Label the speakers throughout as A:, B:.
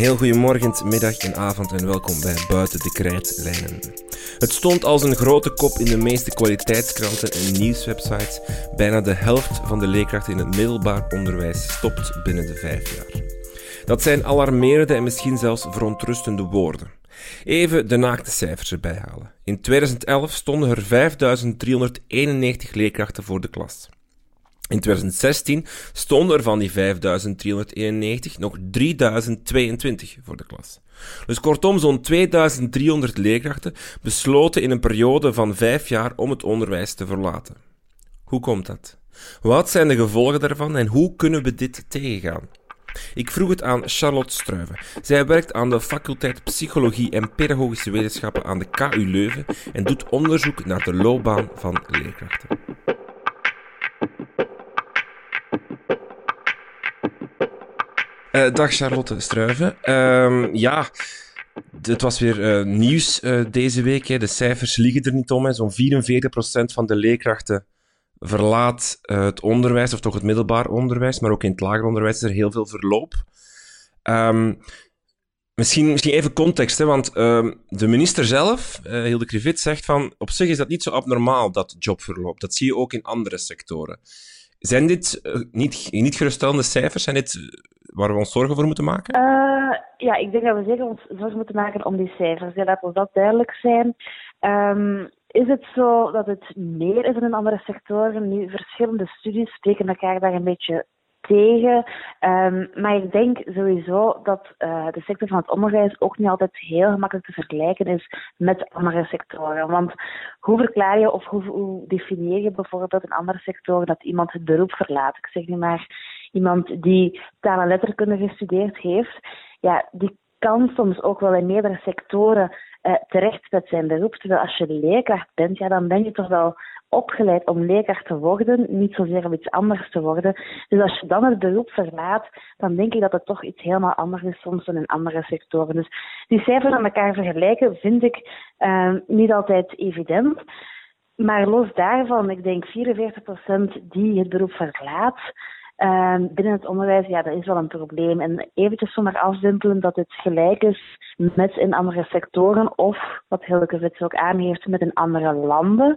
A: heel goedemorgen, middag en avond en welkom bij Buiten de Krijtlijnen. Het stond als een grote kop in de meeste kwaliteitskranten en nieuwswebsites. Bijna de helft van de leerkrachten in het middelbaar onderwijs stopt binnen de 5 jaar. Dat zijn alarmerende en misschien zelfs verontrustende woorden. Even de naakte cijfers erbij halen. In 2011 stonden er 5.391 leerkrachten voor de klas. In 2016 stonden er van die 5.391 nog 3.022 voor de klas. Dus kortom, zo'n 2.300 leerkrachten besloten in een periode van 5 jaar om het onderwijs te verlaten. Hoe komt dat? Wat zijn de gevolgen daarvan en hoe kunnen we dit tegengaan? Ik vroeg het aan Charlotte Struiven. Zij werkt aan de faculteit Psychologie en Pedagogische Wetenschappen aan de KU Leuven en doet onderzoek naar de loopbaan van leerkrachten. Dag Charlotte Struiven. Het was weer nieuws deze week. Hè. De cijfers liegen er niet om. Hè. Zo'n 44% van de leerkrachten verlaat het onderwijs, of toch het middelbaar onderwijs, maar ook in het lager onderwijs is er heel veel verloop. Misschien even context, hè, want de minister zelf, Hilde Krivit, zegt van op zich is dat niet zo abnormaal, dat jobverloop. Dat zie je ook in andere sectoren. Zijn dit niet geruststellende cijfers? Zijn dit waar we ons zorgen voor moeten maken?
B: Ja, ik denk dat we zeker ons zorgen moeten maken om die cijfers. Ja, laat ons dat duidelijk zijn. Is het zo dat het meer is dan in andere sectoren? Nu, verschillende studies spreken elkaar daar een beetje tegen. Maar ik denk sowieso dat de sector van het onderwijs ook niet altijd heel gemakkelijk te vergelijken is met andere sectoren. Want hoe verklaar je of hoe definieer je bijvoorbeeld in andere sectoren dat iemand het beroep verlaat? Ik zeg nu maar iemand die taal- en letterkunde gestudeerd heeft. Ja, die kan soms ook wel in meerdere sectoren terecht met zijn beroep. Terwijl als je leerkracht bent, ja, dan ben je toch wel opgeleid om leerkracht te worden, niet zozeer om iets anders te worden. Dus als je dan het beroep verlaat, dan denk ik dat het toch iets helemaal anders is soms dan in andere sectoren. Dus die cijfers aan elkaar vergelijken vind ik niet altijd evident. Maar los daarvan, ik denk 44% die het beroep verlaat binnen het onderwijs, ja, dat is wel een probleem. En eventjes zomaar afwimpelen dat het gelijk is met in andere sectoren of, wat Hilde Krivit ook aangeeft, met in andere landen.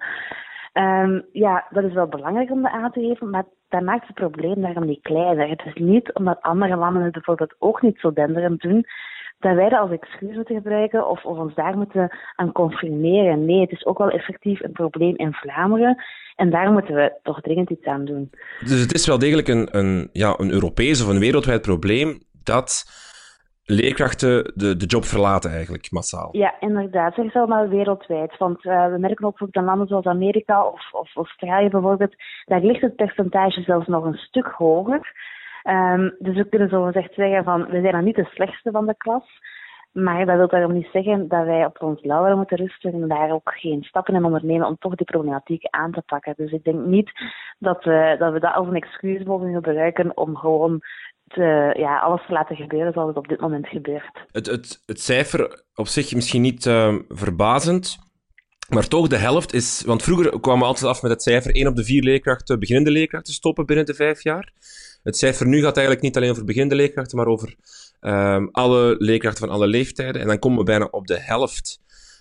B: Ja, dat is wel belangrijk om dat aan te geven, maar dat maakt het probleem daarom niet kleiner. Het is niet omdat andere landen het bijvoorbeeld ook niet zo denderend doen, dat wij dat als excuus moeten gebruiken of ons daar moeten aan conformeren. Nee, het is ook wel effectief een probleem in Vlaanderen en daar moeten we toch dringend iets aan doen.
A: Dus het is wel degelijk een Europees of een wereldwijd probleem dat leerkrachten de job verlaten eigenlijk, massaal.
B: Ja, inderdaad. Zeg wel maar wereldwijd. Want we merken ook in landen zoals Amerika of Australië bijvoorbeeld, daar ligt het percentage zelfs nog een stuk hoger. Dus we kunnen zo gezegd zeggen van, we zijn dan niet de slechtste van de klas. Maar dat wil daarom niet zeggen dat wij op ons lauweren moeten rusten en daar ook geen stappen in ondernemen om toch die problematiek aan te pakken. Dus ik denk niet dat we dat als een excuus mogen gebruiken om gewoon alles te laten gebeuren zoals het op dit moment gebeurt.
A: Het cijfer op zich misschien niet verbazend, maar toch de helft is... Want vroeger kwamen we altijd af met het cijfer 1 op de 4 leerkrachten, beginnende leerkrachten stoppen binnen de 5 jaar. Het cijfer nu gaat eigenlijk niet alleen over beginnende leerkrachten, maar over alle leerkrachten van alle leeftijden. En dan komen we bijna op de helft.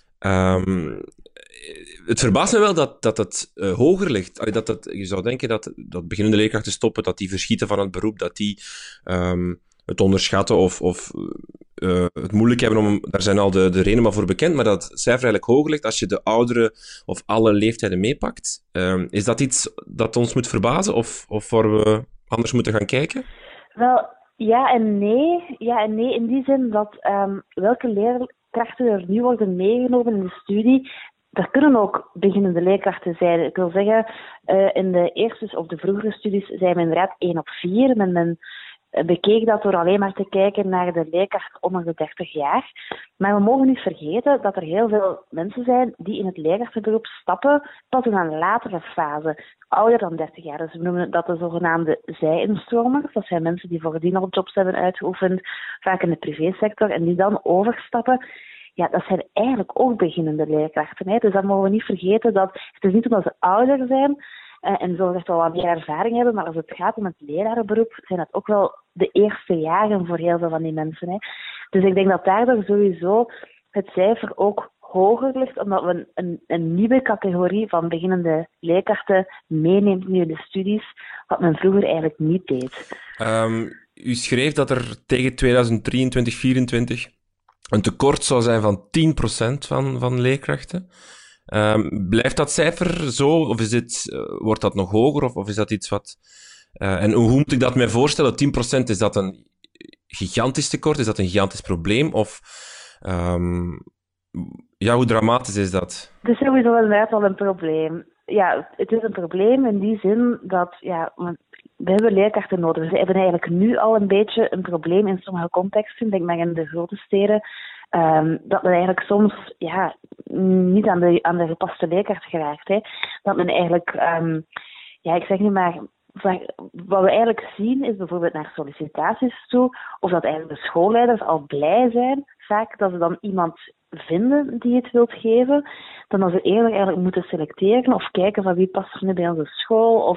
A: Het verbaast me wel dat het hoger ligt. Je zou denken dat beginnende leerkrachten stoppen, dat die verschieten van het beroep, dat die het onderschatten of het moeilijk hebben daar zijn al de redenen maar voor bekend, maar dat het cijfer eigenlijk hoger ligt als je de ouderen of alle leeftijden meepakt. Is dat iets dat ons moet verbazen of waar we anders moeten gaan kijken?
B: Wel, ja en nee. Ja en nee in die zin dat welke leerkrachten er nu worden meegenomen in de studie, er kunnen ook beginnende leerkrachten zijn. Ik wil zeggen, in de eerste of de vroegere studies zijn we inderdaad 1 op 4. Men bekeek dat door alleen maar te kijken naar de leerkracht onder de 30 jaar. Maar we mogen niet vergeten dat er heel veel mensen zijn die in het leerkrachtenberoep stappen pas in een latere fase, ouder dan 30 jaar. Dus we noemen dat de zogenaamde zij-instromers. Dat zijn mensen die voordien al jobs hebben uitgeoefend, vaak in de privésector, en die dan overstappen. Ja, dat zijn eigenlijk ook beginnende leerkrachten. Hè. Dus dat mogen we niet vergeten dat het is niet omdat ze ouder zijn en zo echt wel wat meer ervaring hebben, maar als het gaat om het lerarenberoep, zijn dat ook wel de eerste jaren voor heel veel van die mensen. Hè. Dus ik denk dat daardoor sowieso het cijfer ook hoger ligt, omdat we een nieuwe categorie van beginnende leerkrachten meeneemt nu in de studies, wat men vroeger eigenlijk niet deed.
A: U schreef dat er tegen 2023-2024 een tekort zou zijn van 10% van leerkrachten. Blijft dat cijfer zo, of wordt dat nog hoger, of is dat iets wat... en hoe moet ik dat mij voorstellen? 10%, is dat een gigantisch tekort? Is dat een gigantisch probleem? Of hoe dramatisch is dat?
B: Het is sowieso inderdaad wel een probleem. Ja, het is een probleem in die zin dat we hebben leerkrachten nodig. We hebben eigenlijk nu al een beetje een probleem in sommige contexten, denk maar in de grote steden, dat men eigenlijk soms niet aan de gepaste leerkracht geraakt. Hè. Dat men eigenlijk, ik zeg nu maar, wat we eigenlijk zien is bijvoorbeeld naar sollicitaties toe, of dat eigenlijk de schoolleiders al blij zijn, vaak dat ze dan iemand vinden die het wilt geven, dan dat ze eerder eigenlijk moeten selecteren of kijken van wie past nu bij onze school,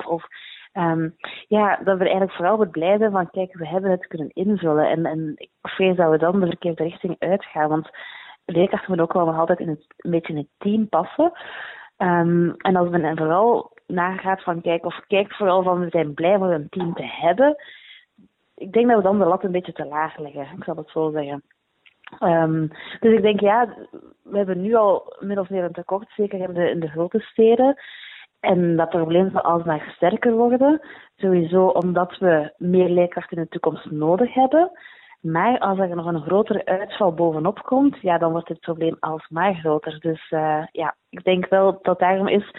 B: dat we eigenlijk vooral wat blij zijn van kijk, we hebben het kunnen invullen en ik vrees dat we dan de verkeerde richting uitgaan, want leerkrachten moeten ook wel nog altijd een beetje in het team passen. En als men vooral nagaat van kijkt vooral van we zijn blij om een team te hebben, ik denk dat we dan de lat een beetje te laag leggen, ik zal het zo zeggen. Dus ik denk we hebben nu al min of meer een tekort, zeker in de grote steden. En dat probleem zal alsmaar sterker worden. Sowieso omdat we meer leerkrachten in de toekomst nodig hebben. Maar als er nog een grotere uitval bovenop komt, dan wordt het probleem alsmaar groter. Dus ik denk wel dat daarom is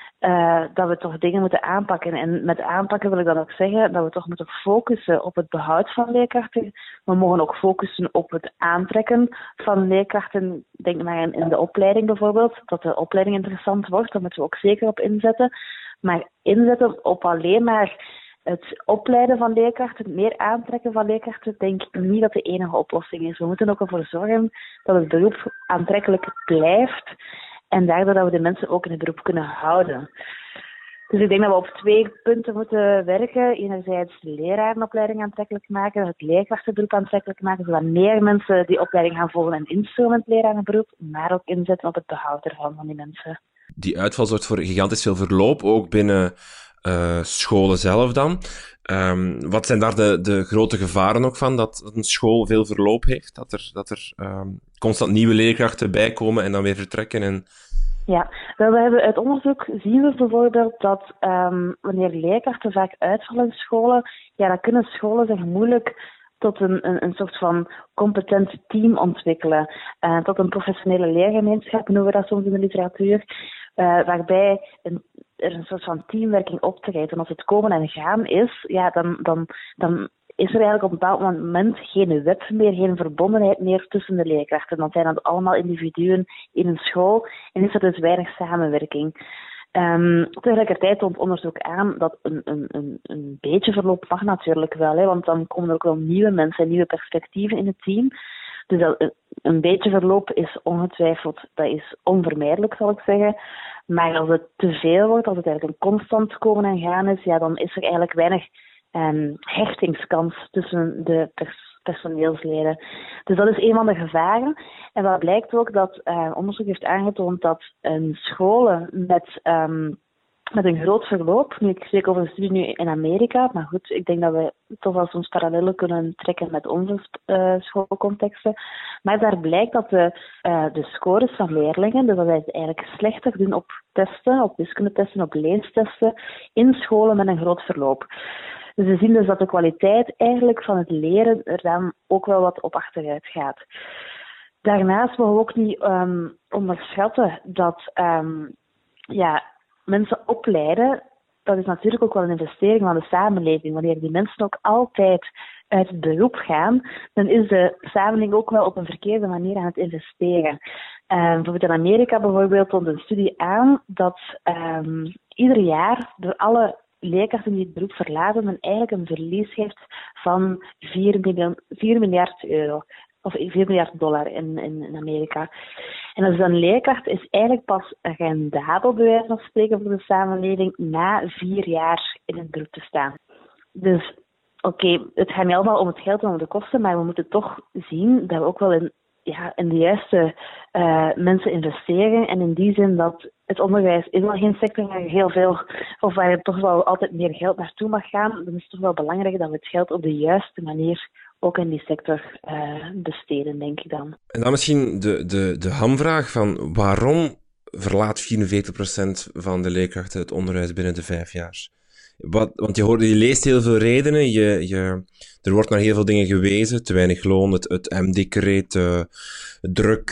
B: dat we toch dingen moeten aanpakken. En met aanpakken wil ik dan ook zeggen dat we toch moeten focussen op het behoud van leerkrachten. We mogen ook focussen op het aantrekken van leerkrachten. Denk maar in de opleiding bijvoorbeeld, dat de opleiding interessant wordt. Daar moeten we ook zeker op inzetten. Maar inzetten op alleen maar het opleiden van leerkrachten, het meer aantrekken van leerkrachten, denk ik niet dat de enige oplossing is. We moeten ook ervoor zorgen dat het beroep aantrekkelijk blijft. En daardoor dat we de mensen ook in het beroep kunnen houden. Dus ik denk dat we op 2 punten moeten werken. Enerzijds de lerarenopleiding aantrekkelijk maken, het leerkrachtenberoep aantrekkelijk maken, zodat meer mensen die opleiding gaan volgen en instromen in het lerarenberoep, maar ook inzetten op het behoud ervan van die mensen.
A: Die uitval zorgt voor gigantisch veel verloop, ook binnen scholen zelf dan. Wat zijn daar de grote gevaren ook van, dat een school veel verloop heeft? Dat er constant nieuwe leerkrachten bijkomen en dan weer vertrekken?
B: Ja, we hebben uit onderzoek zien we bijvoorbeeld dat wanneer leerkrachten vaak uitvallen in scholen, dan kunnen scholen zich moeilijk tot een soort van competent team ontwikkelen. Tot een professionele leergemeenschap noemen we dat soms in de literatuur, waarbij er een soort van teamwerking optreedt. En als het komen en gaan is, dan is er eigenlijk op een bepaald moment geen web meer, geen verbondenheid meer tussen de leerkrachten. Dan zijn dat allemaal individuen in een school en is er dus weinig samenwerking. Tegelijkertijd toont onderzoek aan dat een beetje verloop mag natuurlijk wel, hè, want dan komen er ook wel nieuwe mensen en nieuwe perspectieven in het team. Dus een beetje verloop is ongetwijfeld, dat is onvermijdelijk, zal ik zeggen. Maar als het te veel wordt, als het eigenlijk een constant komen en gaan is, dan is er eigenlijk weinig hechtingskans tussen de personeelsleden. Dus dat is een van de gevaren. En wat blijkt ook dat onderzoek heeft aangetoond dat scholen met een groot verloop, nu ik spreek over een studie nu in Amerika, maar goed, ik denk dat we toch wel soms parallellen kunnen trekken met onze schoolcontexten. Maar daar blijkt dat de scores van leerlingen, dus dat wij het eigenlijk slechter doen op testen, op wiskundetesten, op leestesten, in scholen met een groot verloop. Dus we zien dus dat de kwaliteit eigenlijk van het leren er dan ook wel wat op achteruit gaat. Daarnaast mogen we ook niet onderschatten dat mensen opleiden, dat is natuurlijk ook wel een investering van de samenleving. Wanneer die mensen ook altijd uit het beroep gaan, dan is de samenleving ook wel op een verkeerde manier aan het investeren. Bijvoorbeeld in Amerika toont een studie aan dat ieder jaar door alle leerkrachten die het beroep verlaten, men eigenlijk een verlies heeft van 4 miljard euro. Of 4 miljard dollar in Amerika. En dus een leerkracht is eigenlijk pas rendabel, bij wijze van spreken, voor de samenleving na 4 jaar in het beroep te staan. Dus oké, het gaat niet allemaal om het geld en om de kosten, maar we moeten toch zien dat we ook wel in de juiste mensen investeren. En in die zin dat het onderwijs is wel geen sector waar heel veel, of waar er toch wel altijd meer geld naartoe mag gaan. Dan is het toch wel belangrijk dat we het geld op de juiste manier ook in die sector besteden, denk ik dan.
A: En dan misschien de hamvraag van waarom verlaat 44% van de leerkrachten het onderwijs binnen de 5 jaar? Want je leest heel veel redenen, er wordt naar heel veel dingen gewezen, te weinig loon, het M-decreet, druk,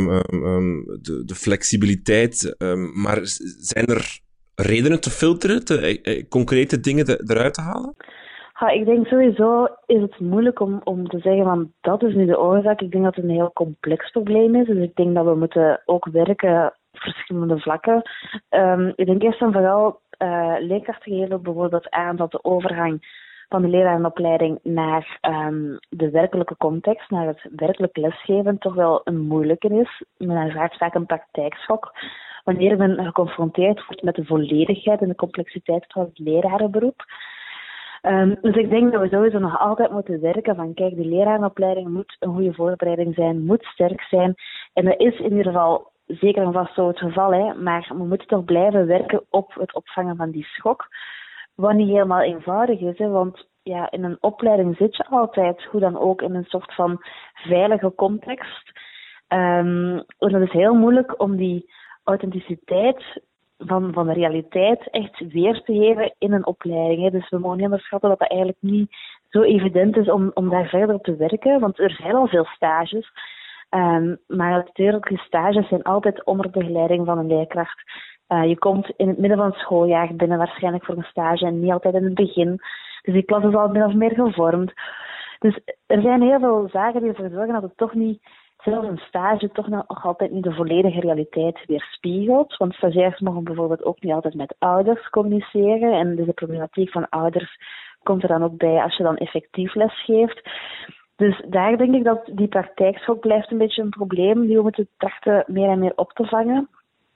A: de flexibiliteit, maar zijn er redenen te filteren, concrete dingen eruit te halen?
B: Ja, ik denk sowieso is het moeilijk om te zeggen van dat is nu de oorzaak. Ik denk dat het een heel complex probleem is. Dus ik denk dat we moeten ook werken op verschillende vlakken. Ik denk eerst en vooral leerkrachten geven bijvoorbeeld aan dat de overgang van de lerarenopleiding naar de werkelijke context, naar het werkelijk lesgeven, toch wel een moeilijke is. Men raakt vaak een praktijkschok. Wanneer men geconfronteerd wordt met de volledigheid en de complexiteit van het lerarenberoep. Dus ik denk dat we sowieso nog altijd moeten werken van kijk, de lerarenopleiding moet een goede voorbereiding zijn, moet sterk zijn. En dat is in ieder geval zeker en vast zo het geval, hè, maar we moeten toch blijven werken op het opvangen van die schok. Wat niet helemaal eenvoudig is, hè, want ja, in een opleiding zit je altijd, hoe dan ook, in een soort van veilige context. En dat is heel moeilijk om die authenticiteit van de realiteit echt weer te geven in een opleiding. Hè. Dus we mogen niet onderschatten dat dat eigenlijk niet zo evident is om daar verder op te werken, want er zijn al veel stages. Maar natuurlijk, de stages zijn altijd onder begeleiding van een leerkracht. Je komt in het midden van het schooljaar binnen waarschijnlijk voor een stage en niet altijd in het begin. Dus die klas is al min of meer gevormd. Dus er zijn heel veel zaken die ervoor zorgen dat het toch niet, zelfs een stage, toch nog altijd niet de volledige realiteit weerspiegelt. Want stagiairs mogen bijvoorbeeld ook niet altijd met ouders communiceren. En dus de problematiek van ouders komt er dan ook bij als je dan effectief les geeft. Dus daar denk ik dat die praktijkschok blijft een beetje een probleem die we moeten trachten meer en meer op te vangen.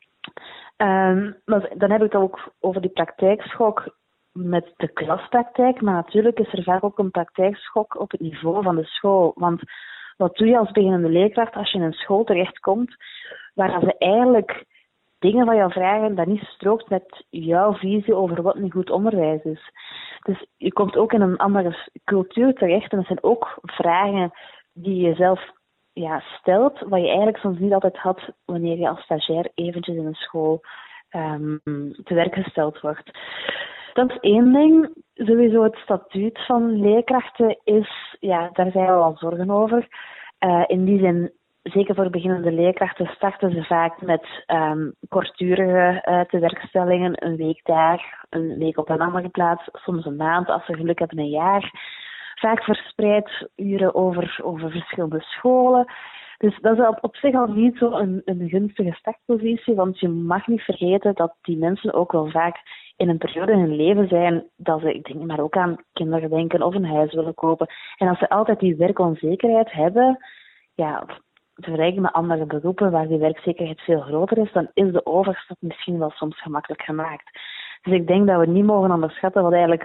B: Maar dan heb ik het ook over die praktijkschok met de klaspraktijk. Maar natuurlijk is er vaak ook een praktijkschok op het niveau van de school. Want wat doe je als beginnende leerkracht als je in een school terechtkomt waar ze eigenlijk dingen van jou vragen dat niet strookt met jouw visie over wat een goed onderwijs is. Dus je komt ook in een andere cultuur terecht en dat zijn ook vragen die je zelf stelt, wat je eigenlijk soms niet altijd had wanneer je als stagiair eventjes in een school te werk gesteld wordt. Dat is één ding. Sowieso het statuut van leerkrachten is, daar zijn we al zorgen over. In die zin, zeker voor beginnende leerkrachten, starten ze vaak met korturige tewerkstellingen. Een week daar, een week op een andere plaats, soms een maand, als ze geluk hebben een jaar. Vaak verspreid uren over verschillende scholen. Dus dat is op zich al niet zo een gunstige startpositie, want je mag niet vergeten dat die mensen ook wel vaak in een periode in hun leven zijn dat ze, ik denk maar ook aan kinderen denken of een huis willen kopen. En als ze altijd die werkonzekerheid hebben, vergelijken met andere beroepen waar die werkzekerheid veel groter is, dan is de overstap misschien wel soms gemakkelijk gemaakt. Dus ik denk dat we niet mogen onderschatten wat eigenlijk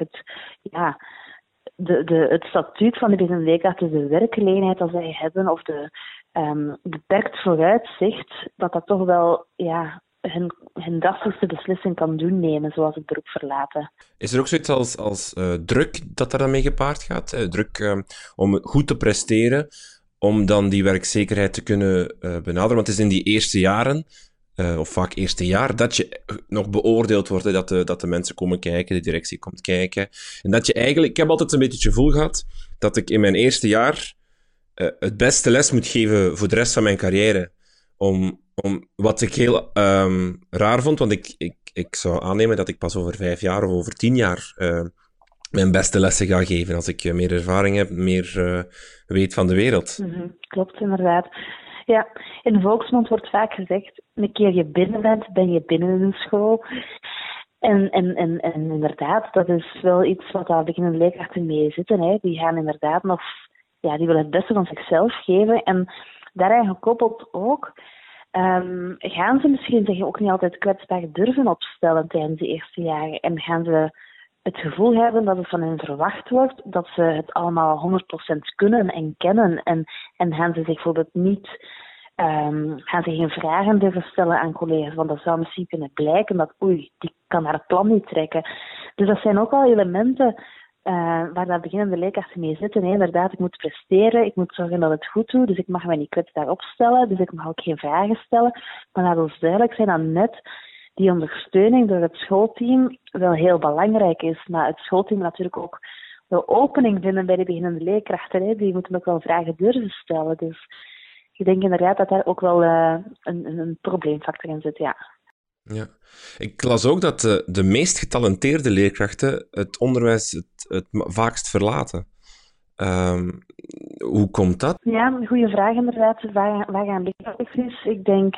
B: het statuut van de beginnende leerkracht, dus de werkgelegenheid dat zij hebben, of de beperkt vooruitzicht, dat toch wel hun drastische beslissing kan doen nemen, zoals het beroep verlaten.
A: Is er ook zoiets als druk dat daar dan mee gepaard gaat? Druk om goed te presteren, om dan die werkzekerheid te kunnen benaderen? Want het is in die eerste jaren, of vaak eerste jaar, dat je nog beoordeeld wordt, dat de mensen komen kijken, de directie komt kijken. En dat je eigenlijk, ik heb altijd een beetje het gevoel gehad dat ik in mijn eerste jaar het beste les moet geven voor de rest van mijn carrière. Om wat ik heel raar vond, want ik zou aannemen dat ik pas over 5 jaar of over 10 jaar mijn beste lessen ga geven. Als ik meer ervaring heb, meer weet van de wereld.
B: Klopt, inderdaad. Ja, in de volksmond wordt vaak gezegd, een keer je binnen bent, ben je binnen in een school. En inderdaad, dat is wel iets wat daar beginnende leerkrachten mee zitten. Hè. Die gaan inderdaad nog, die willen het beste van zichzelf geven. En daaraan gekoppeld ook, gaan ze misschien zich ook niet altijd kwetsbaar durven opstellen tijdens de eerste jaren. En gaan ze het gevoel hebben dat het van hen verwacht wordt dat ze het allemaal 100% kunnen en kennen. En gaan ze zich bijvoorbeeld niet, gaan ze geen vragen durven stellen aan collega's, want dat zou misschien kunnen blijken dat, die kan haar plan niet trekken. Dus dat zijn ook al elementen waar dat beginnende leerkrachten mee zitten. Nee, inderdaad, ik moet presteren, ik moet zorgen dat het goed doe, dus ik mag mij niet kwetsbaar opstellen, dus ik mag ook geen vragen stellen. Maar laat ons duidelijk zijn dat net die ondersteuning door het schoolteam wel heel belangrijk is. Maar het schoolteam natuurlijk ook wel opening vinden bij de beginnende leerkrachten. Hè. Die moeten ook wel vragen durven stellen. Dus ik denk inderdaad dat daar ook wel een probleemfactor in zit, ja.
A: Ja. Ik las ook dat de meest getalenteerde leerkrachten het onderwijs het vaakst verlaten. Hoe komt dat?
B: Ja, een goede vraag inderdaad. Waar gaan liggen? Ik denk,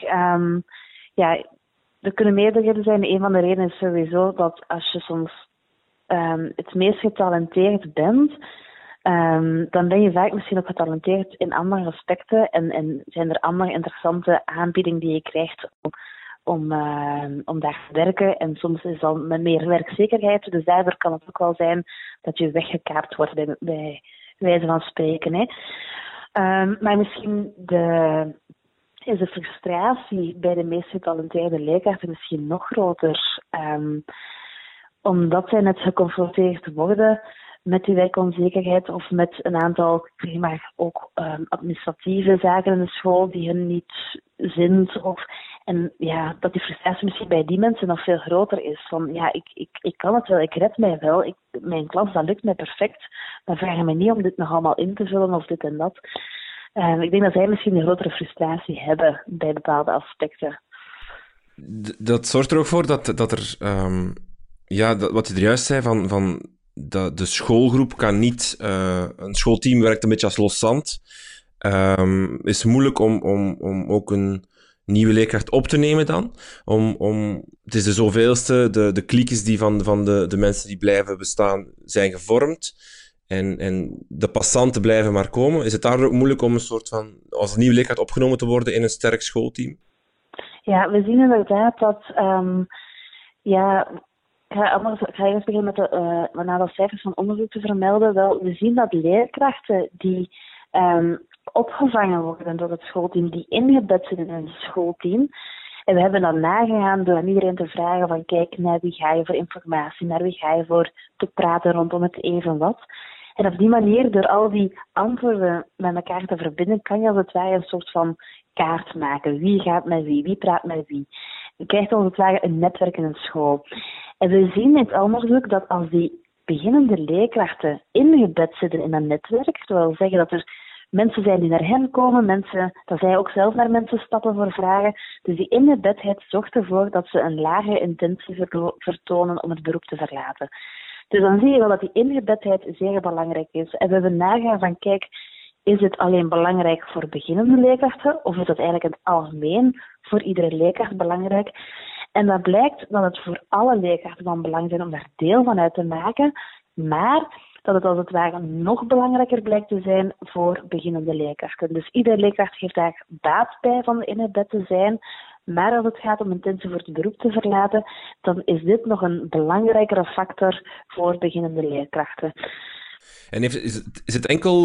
B: er kunnen meerdere redenen zijn. Een van de redenen is sowieso dat als je soms het meest getalenteerd bent, dan ben je vaak misschien ook getalenteerd in andere aspecten en zijn er andere interessante aanbiedingen die je krijgt om daar te werken. En soms is dat met meer werkzekerheid. Dus daardoor kan het ook wel zijn dat je weggekaapt wordt bij wijze van spreken. Hè. Maar misschien is de frustratie bij de meest getalenteerde leerkrachten misschien nog groter. Omdat zij net geconfronteerd worden met die werkonzekerheid of met een aantal, zeg maar, ook administratieve zaken in de school die hun niet zint. En ja, dat die frustratie misschien bij die mensen nog veel groter is. Van ja, ik kan het wel, ik red mij wel, mijn klas, dat lukt mij perfect. Maar vraag me niet om dit nog allemaal in te vullen of dit en dat. Ik denk dat zij misschien een grotere frustratie hebben bij bepaalde aspecten.
A: Dat zorgt er ook voor dat er, wat je er juist zei, van de schoolgroep kan niet, een schoolteam werkt een beetje als los zand. Is moeilijk om ook een nieuwe leerkracht op te nemen dan. Het is de zoveelste, de kliekjes die van de mensen die blijven bestaan zijn gevormd. En de passanten blijven maar komen. Is het daar ook moeilijk om een soort van, als een nieuwe leerkracht opgenomen te worden in een sterk schoolteam?
B: Ja, we zien inderdaad dat, ik ga eerst beginnen met een aantal cijfers van onderzoek te vermelden. Wel, we zien dat leerkrachten die opgevangen worden door het schoolteam, die ingebed zitten in het schoolteam. En we hebben dat nagegaan door aan iedereen te vragen van kijk, naar wie ga je voor informatie, naar wie ga je voor te praten rondom het even wat. En op die manier, door al die antwoorden met elkaar te verbinden, kan je als het ware een soort van kaart maken. Wie gaat met wie praat met wie. Je krijgt als het ware een netwerk in een school. En we zien in het onderzoek dat als die beginnende leerkrachten ingebed zitten in een netwerk, dat wil zeggen dat er mensen zijn die naar hen komen, dat zij ook zelf naar mensen stappen voor vragen. Dus die ingebedheid zorgt ervoor dat ze een lage intentie vertonen om het beroep te verlaten. Dus dan zie je wel dat die ingebedheid zeer belangrijk is. En we hebben nagaan van, kijk, is het alleen belangrijk voor beginnende leerkrachten of is het eigenlijk in het algemeen voor iedere leerkracht belangrijk? En dat blijkt dat het voor alle leerkrachten van belang is om daar deel van uit te maken, maar dat het als het ware nog belangrijker blijkt te zijn voor beginnende leerkrachten. Dus iedere leerkracht heeft daar baat bij van ingebed te zijn. Maar als het gaat om intentie voor het beroep te verlaten, dan is dit nog een belangrijkere factor voor beginnende leerkrachten.
A: En is het enkel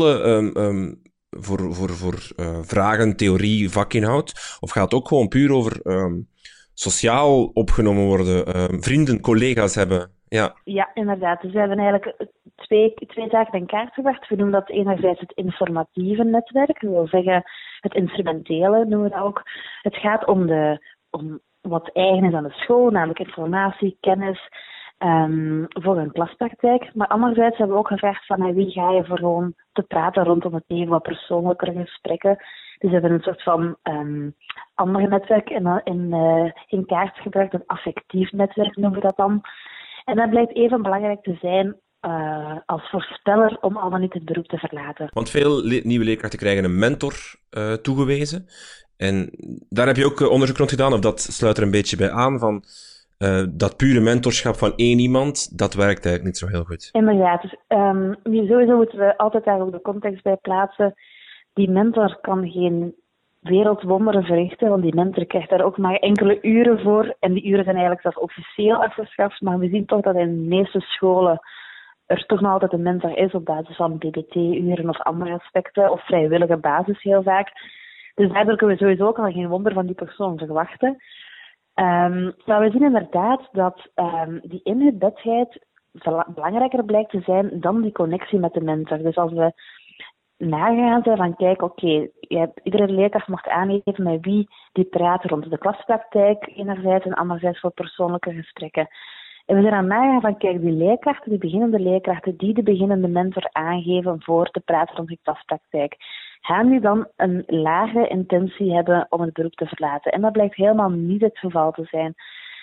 A: voor vragen, theorie, vakinhoud? Of gaat het ook gewoon puur over sociaal opgenomen worden, vrienden, collega's hebben? Ja,
B: inderdaad. Dus we hebben eigenlijk twee zaken in kaart gebracht. We noemen dat enerzijds het informatieve netwerk. Dat wil zeggen het instrumentele noemen we dat ook. Het gaat om wat eigen is aan de school, namelijk informatie, kennis voor een klaspraktijk. Maar anderzijds hebben we ook gevraagd van wie ga je voor gewoon te praten rondom het even wat persoonlijkere gesprekken. Dus we hebben een soort van ander netwerk in kaart gebracht. Een affectief netwerk noemen we dat dan. En dat blijkt even belangrijk te zijn als voorspeller om al dan niet het beroep te verlaten.
A: Want veel nieuwe leerkrachten krijgen een mentor toegewezen. En daar heb je ook onderzoek rond gedaan, of dat sluit er een beetje bij aan, van dat pure mentorschap van één iemand, dat werkt eigenlijk niet zo heel goed.
B: Inderdaad. Dus, sowieso moeten we altijd daar ook de context bij plaatsen. Die mentor kan geen wereldwonderen verrichten, want die mentor krijgt daar ook maar enkele uren voor. En die uren zijn eigenlijk zelfs officieel afgeschaft, maar we zien toch dat in de meeste scholen er toch nog altijd een mentor is op basis van BBT-uren of andere aspecten, of vrijwillige basis heel vaak. Dus daardoor kunnen we sowieso ook al geen wonder van die persoon verwachten. Maar we zien inderdaad dat die ingebedheid belangrijker blijkt te zijn dan die connectie met de mentor. Dus als we nagaan zijn van kijk, iedere leerkracht mocht aangeven met wie die praat rond de klaspraktijk enerzijds en anderzijds voor persoonlijke gesprekken. En we zijn aan het nagaan van kijk, die leerkrachten, die beginnende leerkrachten die de beginnende mentor aangeven voor te praten rond die klaspraktijk, gaan die dan een lage intentie hebben om het beroep te verlaten? En dat blijkt helemaal niet het geval te zijn.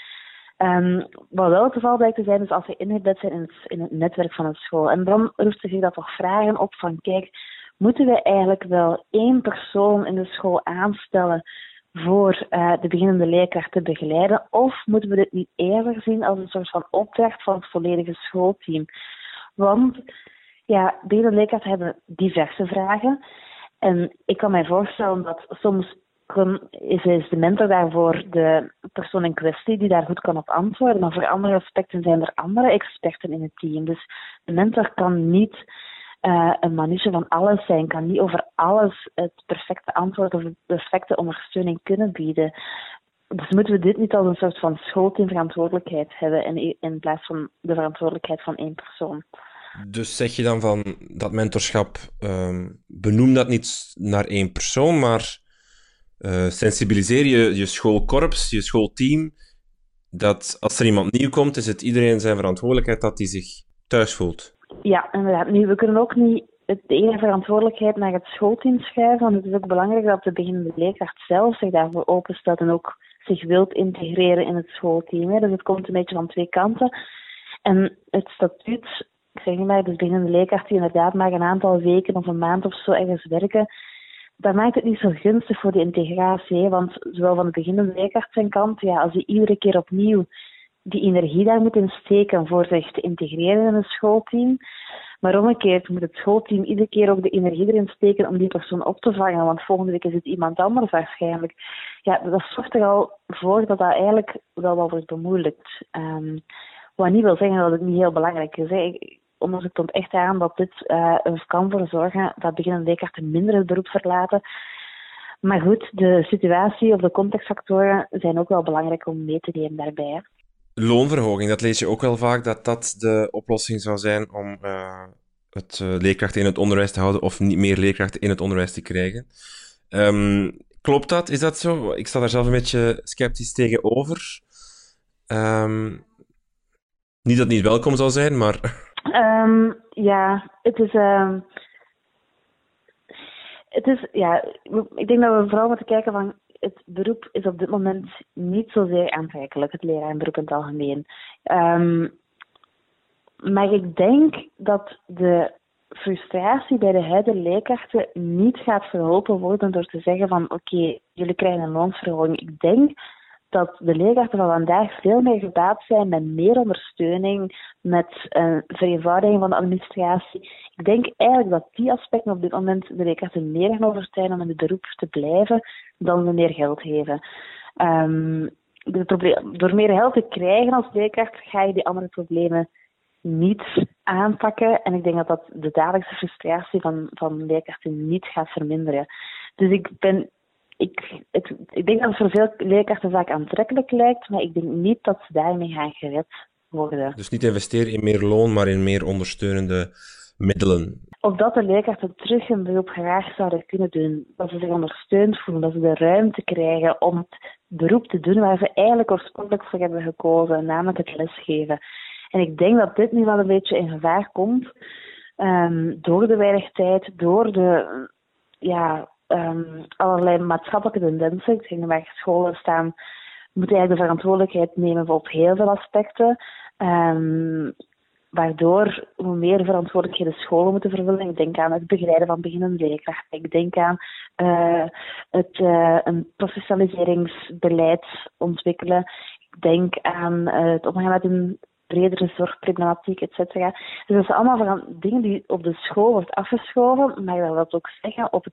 B: Wat wel het geval blijkt te zijn, is als ze ingebed zijn in het netwerk van een school. En dan roept zich dat toch vragen op van kijk, moeten we eigenlijk wel één persoon in de school aanstellen voor de beginnende leerkracht te begeleiden? Of moeten we dit niet eerder zien als een soort van opdracht van het volledige schoolteam? Want beginnende leerkrachten hebben diverse vragen. En ik kan mij voorstellen dat soms is de mentor daarvoor de persoon in kwestie die daar goed kan op antwoorden. Maar voor andere aspecten zijn er andere experten in het team. Dus de mentor kan niet een manusje van alles zijn, kan niet over alles het perfecte antwoord of de perfecte ondersteuning kunnen bieden. Dus moeten we dit niet als een soort van schoolteamverantwoordelijkheid hebben in plaats van de verantwoordelijkheid van één persoon.
A: Dus zeg je dan van dat mentorschap, benoem dat niet naar één persoon, maar sensibiliseer je schoolkorps, je schoolteam, dat als er iemand nieuw komt, is het iedereen zijn verantwoordelijkheid dat hij zich thuis voelt.
B: Ja, inderdaad. Nu, we kunnen ook niet de ene verantwoordelijkheid naar het schoolteam schuiven, want het is ook belangrijk dat de beginnende leerkracht zelf zich daarvoor openstelt en ook zich wilt integreren in het schoolteam. Hè. Dus het komt een beetje van twee kanten. En het statuut, ik zeg maar, de beginnende leerkracht die inderdaad maar een aantal weken of een maand of zo ergens werken, dat maakt het niet zo gunstig voor de integratie. Hè? Want zowel van de beginnende leerkracht zijn kant, als die iedere keer opnieuw die energie daar moet in steken voor zich te integreren in een schoolteam. Maar omgekeerd moet het schoolteam iedere keer ook de energie erin steken om die persoon op te vangen, want volgende week is het iemand anders waarschijnlijk. Ja, dat zorgt er al voor dat eigenlijk wel wat wordt bemoeilijkt. Wat niet wil zeggen dat het niet heel belangrijk is. Hè. Onderzoek toont echt aan dat dit er kan voor zorgen dat beginnende leerkrachten minder het beroep verlaten. Maar goed, de situatie of de contextfactoren zijn ook wel belangrijk om mee te nemen daarbij. Hè.
A: Loonverhoging, dat lees je ook wel vaak, dat dat de oplossing zou zijn om leerkrachten in het onderwijs te houden of niet meer leerkrachten in het onderwijs te krijgen. Klopt dat? Is dat zo? Ik sta daar zelf een beetje sceptisch tegenover. Niet dat het niet welkom zou zijn, maar... Ik denk dat we vooral moeten kijken van het beroep is op dit moment niet zozeer aantrekkelijk, het lerarenberoep in het algemeen. Maar ik denk dat de frustratie bij de huidige leerkrachten niet gaat verholpen worden door te zeggen van oké, jullie krijgen een loonsverhoging. Ik denk dat de leerkrachten van vandaag veel meer gebaat zijn met meer ondersteuning, met vereenvoudiging van de administratie. Ik denk eigenlijk dat die aspecten op dit moment de leerkrachten meer gaan overtuigen om in het beroep te blijven dan ze meer geld geven. Door meer geld te krijgen als leerkracht ga je die andere problemen niet aanpakken. En ik denk dat dat de dagelijkse frustratie van leerkrachten niet gaat verminderen. Dus ik denk dat het voor veel leerkrachten vaak aantrekkelijk lijkt, maar ik denk niet dat ze daarmee gaan gered worden. Dus niet investeren in meer loon, maar in meer ondersteunende middelen.
B: Of dat de leerkrachten terug hun beroep graag zouden kunnen doen. Dat ze zich ondersteund voelen, dat ze de ruimte krijgen om het beroep te doen waar ze eigenlijk oorspronkelijk voor hebben gekozen, namelijk het lesgeven. En ik denk dat dit nu wel een beetje in gevaar komt door de weinig tijd, door de allerlei maatschappelijke tendensen. Ik denk dat waar scholen staan, moeten eigenlijk de verantwoordelijkheid nemen op heel veel aspecten. Waardoor hoe meer verantwoordelijkheden scholen moeten vervullen. Ik denk aan het begeleiden van beginnende leerkrachten. Ik denk aan een professionaliseringsbeleid ontwikkelen. Ik denk aan het omgaan met een bredere zorgproblematiek, et cetera. Dus dat zijn allemaal dingen die op de school wordt afgeschoven, maar dat wil ook zeggen op het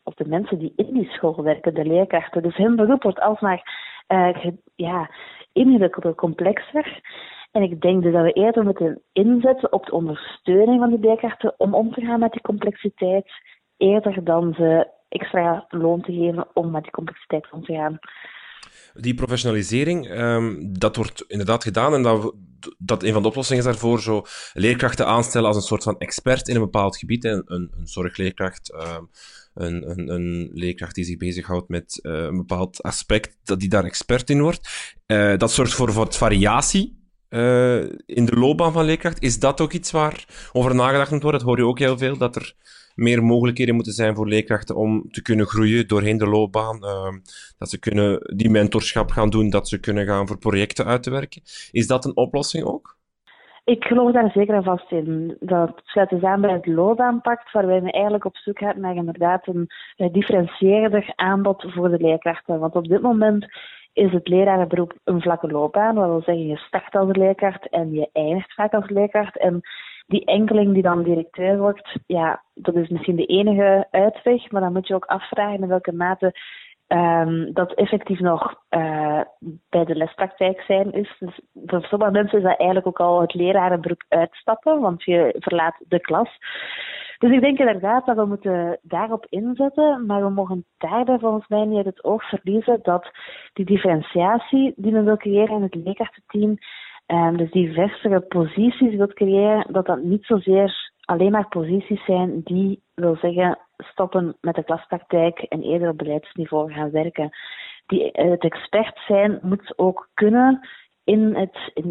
B: of de mensen die in die school werken, de leerkrachten. Dus hun beroep wordt alsmaar ingewikkelder, complexer. En ik denk dus dat we eerder moeten inzetten op de ondersteuning van die leerkrachten om te gaan met die complexiteit, eerder dan ze extra loon te geven om met die complexiteit om te gaan.
A: Die professionalisering, dat wordt inderdaad gedaan en dat een van de oplossingen is daarvoor zo leerkrachten aanstellen als een soort van expert in een bepaald gebied. Een zorgleerkracht, een leerkracht die zich bezighoudt met een bepaald aspect, dat die daar expert in wordt. Dat zorgt voor wat variatie in de loopbaan van leerkracht. Is dat ook iets waar over nagedacht moet worden? Dat hoor je ook heel veel, dat er meer mogelijkheden moeten zijn voor leerkrachten om te kunnen groeien doorheen de loopbaan. Dat ze kunnen die mentorschap gaan doen, dat ze kunnen gaan voor projecten uit te werken. Is dat een oplossing ook?
B: Ik geloof daar zeker en vast in. Dat sluit dus aan bij het loopbaanpact, waarbij we eigenlijk op zoek gaan naar inderdaad een differentieerder aanbod voor de leerkrachten. Want op dit moment is het lerarenberoep een vlakke loopbaan. Dat wil zeggen, je start als leerkracht en je eindigt vaak als leerkracht. En die enkeling die dan directeur wordt, ja, dat is misschien de enige uitweg, maar dan moet je ook afvragen in welke mate dat effectief nog bij de lespraktijk zijn is. Dus voor sommige mensen is dat eigenlijk ook al het lerarenberoep uitstappen, want je verlaat de klas. Dus ik denk inderdaad dat we moeten daarop inzetten, maar we mogen daarbij volgens mij niet uit het oog verliezen dat die differentiatie die men wil creëren in het leerkrachtenteam, dus die versere posities wil creëren, dat dat niet zozeer alleen maar posities zijn die wil zeggen stoppen met de klaspraktijk en eerder op beleidsniveau gaan werken. Het expert zijn moet ook kunnen in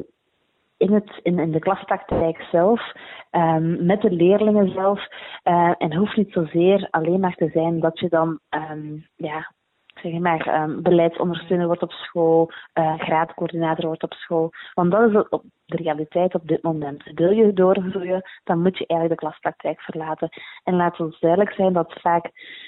B: de klaspraktijk zelf, met de leerlingen zelf, en hoeft niet zozeer alleen maar te zijn dat je dan beleidsondersteuner wordt op school, graadcoördinator wordt op school. Want dat is de realiteit op dit moment. Wil je doorgroeien, dan moet je eigenlijk de klaspraktijk verlaten. En laat ons duidelijk zijn dat vaak,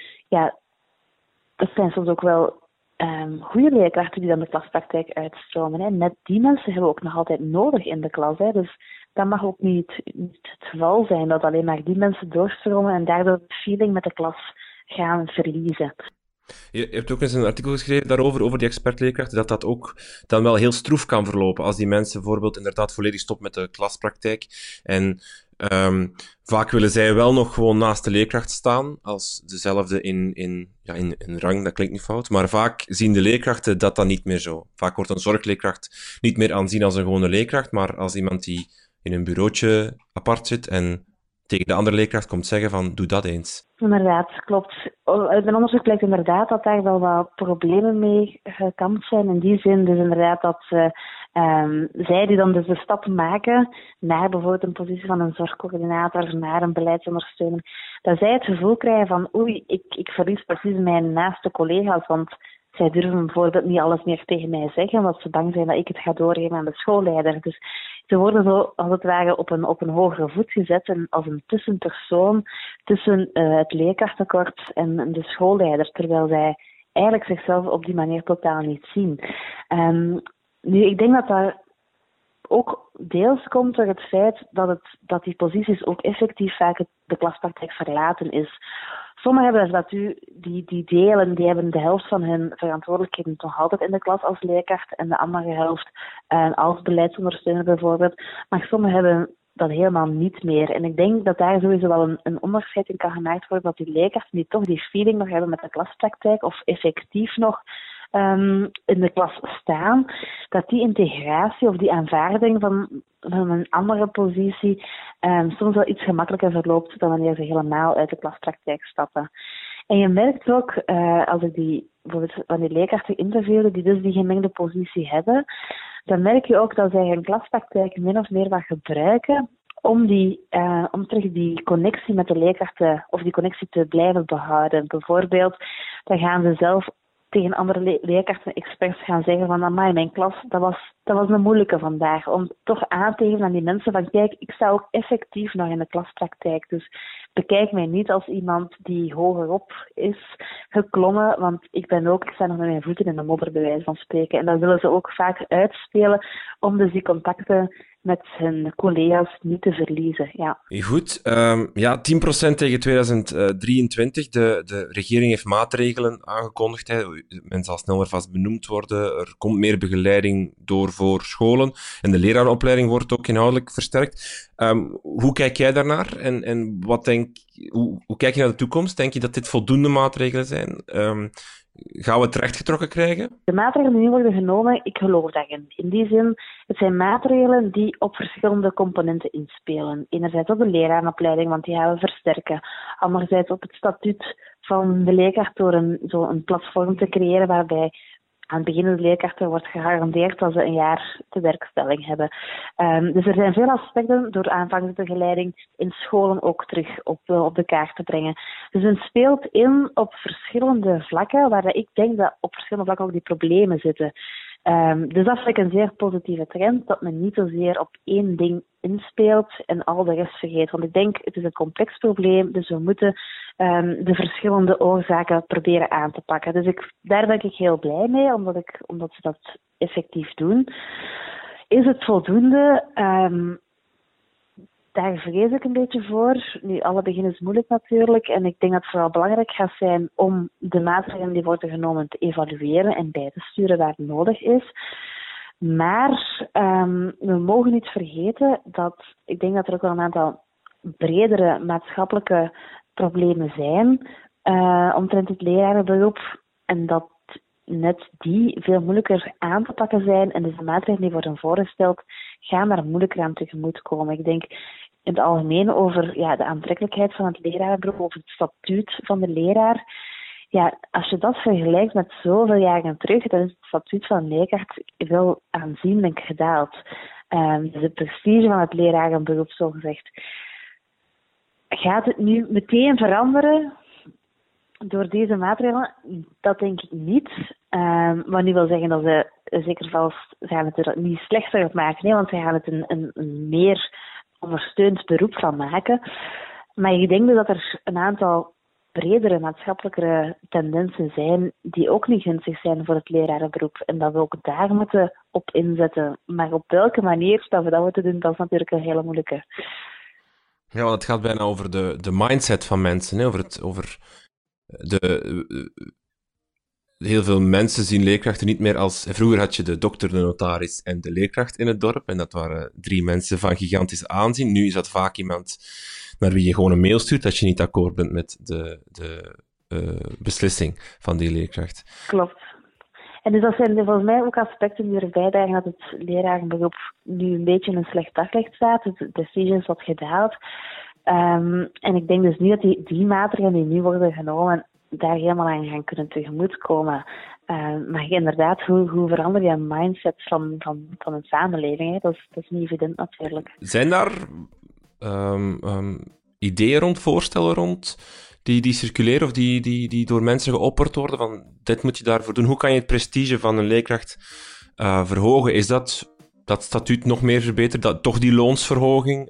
B: dat zijn soms ook wel goede leerkrachten die dan de klaspraktijk uitstromen. Hè. Net die mensen hebben we ook nog altijd nodig in de klas. Hè. Dus dat mag ook niet het geval zijn dat alleen maar die mensen doorstromen en daardoor de feeling met de klas gaan verliezen.
A: Je hebt ook eens een artikel geschreven daarover, over die expertleerkrachten, dat dat ook dan wel heel stroef kan verlopen als die mensen bijvoorbeeld inderdaad volledig stoppen met de klaspraktijk. En vaak willen zij wel nog gewoon naast de leerkracht staan, als dezelfde in rang, dat klinkt niet fout, maar vaak zien de leerkrachten dat niet meer zo. Vaak wordt een zorgleerkracht niet meer aanzien als een gewone leerkracht, maar als iemand die in een bureautje apart zit en tegen de andere leerkracht komt zeggen van, doe dat eens.
B: Inderdaad, klopt. Uit mijn onderzoek blijkt inderdaad dat daar wel wat problemen mee gekampt zijn. In die zin dus inderdaad dat zij die dan dus de stap maken naar bijvoorbeeld een positie van een zorgcoördinator, naar een beleidsondersteuner, dat zij het gevoel krijgen van oei, ik verlies precies mijn naaste collega's, want zij durven bijvoorbeeld niet alles meer tegen mij zeggen, omdat ze bang zijn dat ik het ga doorgeven aan de schoolleider. Dus ze worden zo, als het ware, op een hogere voet gezet en als een tussenpersoon tussen het leerkrachttekort en de schoolleider, terwijl zij eigenlijk zichzelf op die manier totaal niet zien. Nu, ik denk dat daar ook deels komt door het feit dat die posities ook effectief vaak de klaspraktijk verlaten is. Sommigen hebben dat die delen, die hebben de helft van hun verantwoordelijkheden nog altijd in de klas als leerkracht en de andere helft als beleidsondersteuner bijvoorbeeld. Maar sommigen hebben dat helemaal niet meer. En ik denk dat daar sowieso wel een onderscheid in kan gemaakt worden dat die leerkrachten die toch die feeling nog hebben met de klaspraktijk of effectief nog in de klas staan, dat die integratie of die aanvaarding van een andere positie soms wel iets gemakkelijker verloopt dan wanneer ze helemaal uit de klaspraktijk stappen. En je merkt ook, als ik bijvoorbeeld van die leerkrachten interviewde die dus die gemengde positie hebben, dan merk je ook dat zij hun klaspraktijk min of meer wat gebruiken om terug die connectie met de leerkrachten of die connectie te blijven behouden. Bijvoorbeeld, dan gaan ze zelf tegen andere leerkrachten en experts gaan zeggen van amai, mijn klas, dat was een moeilijke vandaag. Om toch aan te geven aan die mensen van kijk, ik sta ook effectief nog in de klaspraktijk. Dus bekijk mij niet als iemand die hogerop is geklommen, want ik sta nog met mijn voeten in de modder, bij wijze van spreken. En dat willen ze ook vaak uitspelen om dus die contacten met hun collega's niet te verliezen. Ja.
A: Goed, 10% tegen 2023. De regering heeft maatregelen aangekondigd. Hè. Men zal sneller vast benoemd worden. Er komt meer begeleiding door voor scholen. En de leraaropleiding wordt ook inhoudelijk versterkt. Hoe kijk jij daarnaar? En hoe kijk je naar de toekomst? Denk je dat dit voldoende maatregelen zijn? Gaan we het rechtgetrokken krijgen?
B: De maatregelen die nu worden genomen, ik geloof daarin. In die zin, het zijn maatregelen die op verschillende componenten inspelen. Enerzijds op de leraaropleiding, want die gaan we versterken. Anderzijds op het statuut van de leerkracht door een platform te creëren waarbij aan het begin de leerkrachten wordt gegarandeerd dat ze een jaar te werkstelling hebben. Dus er zijn veel aspecten door aanvangsbegeleiding in scholen ook terug op de kaart te brengen. Dus het speelt in op verschillende vlakken, waar ik denk dat op verschillende vlakken ook die problemen zitten. Dus dat vind ik een zeer positieve trend, dat men niet zozeer op één ding inspeelt en al de rest vergeet. Want ik denk, het is een complex probleem, dus we moeten de verschillende oorzaken proberen aan te pakken. Dus daar ben ik heel blij mee, omdat ze dat effectief doen. Is het voldoende? Daar vrees ik een beetje voor. Nu, alle begin is moeilijk natuurlijk. En ik denk dat het vooral belangrijk gaat zijn om de maatregelen die worden genomen te evalueren en bij te sturen waar het nodig is. Maar we mogen niet vergeten dat ik denk dat er ook wel een aantal bredere maatschappelijke problemen zijn omtrent het lerarenberoep. En dat net die veel moeilijker aan te pakken zijn. En dus de maatregelen die worden voorgesteld gaan daar moeilijker aan tegemoet komen. Ik denk in het algemeen over de aantrekkelijkheid van het lerarenberoep, over het statuut van de leraar. Ja, als je dat vergelijkt met zoveel jaren terug, dan is het statuut van een leerkracht veel aanzienlijk gedaald. Dus de prestige van het lerarenberoep, zogezegd. Gaat het nu meteen veranderen door deze maatregelen? Dat denk ik niet. Wat niet wil zeggen dat ze zeker vast gaan het er niet slechter op maken, want ze gaan het een meer ondersteund beroep van maken. Maar ik denk dus dat er een aantal bredere maatschappelijke tendensen zijn die ook niet gunstig zijn voor het lerarenberoep. En dat we ook daar moeten op inzetten. Maar op welke manier dat we dat moeten doen, dat is natuurlijk een hele moeilijke.
A: Ja, want het gaat bijna over de mindset van mensen. Hè? Heel veel mensen zien leerkrachten niet meer als... Vroeger had je de dokter, de notaris en de leerkracht in het dorp. En dat waren 3 mensen van gigantisch aanzien. Nu is dat vaak iemand naar wie je gewoon een mail stuurt als je niet akkoord bent met de beslissing van die leerkracht.
B: Klopt. En dus dat zijn volgens mij ook aspecten die erbij dragen dat het lerarenberoep nu een beetje in een slecht daglicht staat. De prestige is wat gedaald. En ik denk dus niet dat die maatregelen die nu worden genomen daar helemaal aan gaan kunnen tegemoetkomen. Maar inderdaad, hoe verander je een mindset van een samenleving? Hè? Dat is niet evident natuurlijk.
A: Zijn daar ideeën rond, voorstellen rond, die circuleren of die door mensen geopperd worden van dit moet je daarvoor doen? Hoe kan je het prestige van een leerkracht verhogen? Is dat statuut nog meer verbeterd? Toch die loonsverhoging?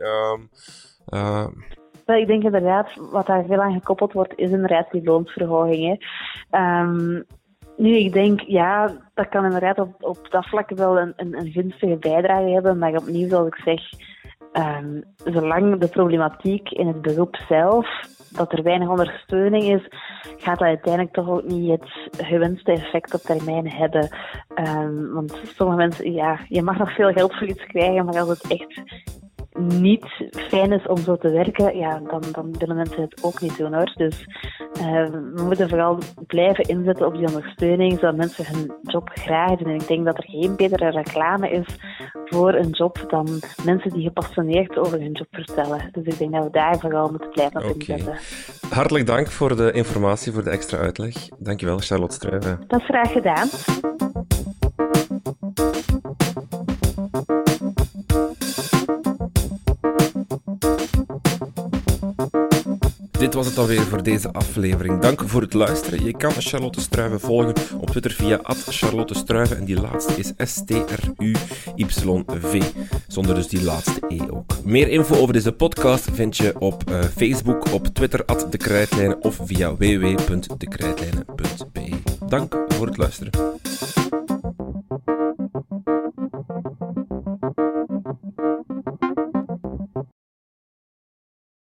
B: Wel, ik denk inderdaad, wat daar veel aan gekoppeld wordt, is inderdaad die loonsverhoging. Nu, ik denk, dat kan inderdaad op dat vlak wel een gunstige bijdrage hebben, maar opnieuw, zoals ik zeg, zolang de problematiek in het beroep zelf, dat er weinig ondersteuning is, gaat dat uiteindelijk toch ook niet het gewenste effect op termijn hebben. Want sommige mensen, je mag nog veel geld voor iets krijgen, maar als het echt niet fijn is om zo te werken, dan willen mensen het ook niet doen, hoor. Dus we moeten vooral blijven inzetten op die ondersteuning, zodat mensen hun job graag doen. En ik denk dat er geen betere reclame is voor een job dan mensen die gepassioneerd over hun job vertellen. Dus ik denk dat we daar vooral moeten blijven op inzetten.
A: Hartelijk dank voor de informatie, voor de extra uitleg. Dankjewel, Charlotte Struijven.
B: Dat is graag gedaan.
A: Dit dat was het alweer voor deze aflevering. Dank voor het luisteren. Je kan Charlotte Struyven volgen op Twitter via @CharlotteStruyven en die laatste is STRUYV, zonder dus die laatste E ook. Meer info over deze podcast vind je op Facebook, op Twitter @dekrijtlijnen of via www.dekrijtlijnen.be. Dank voor het luisteren.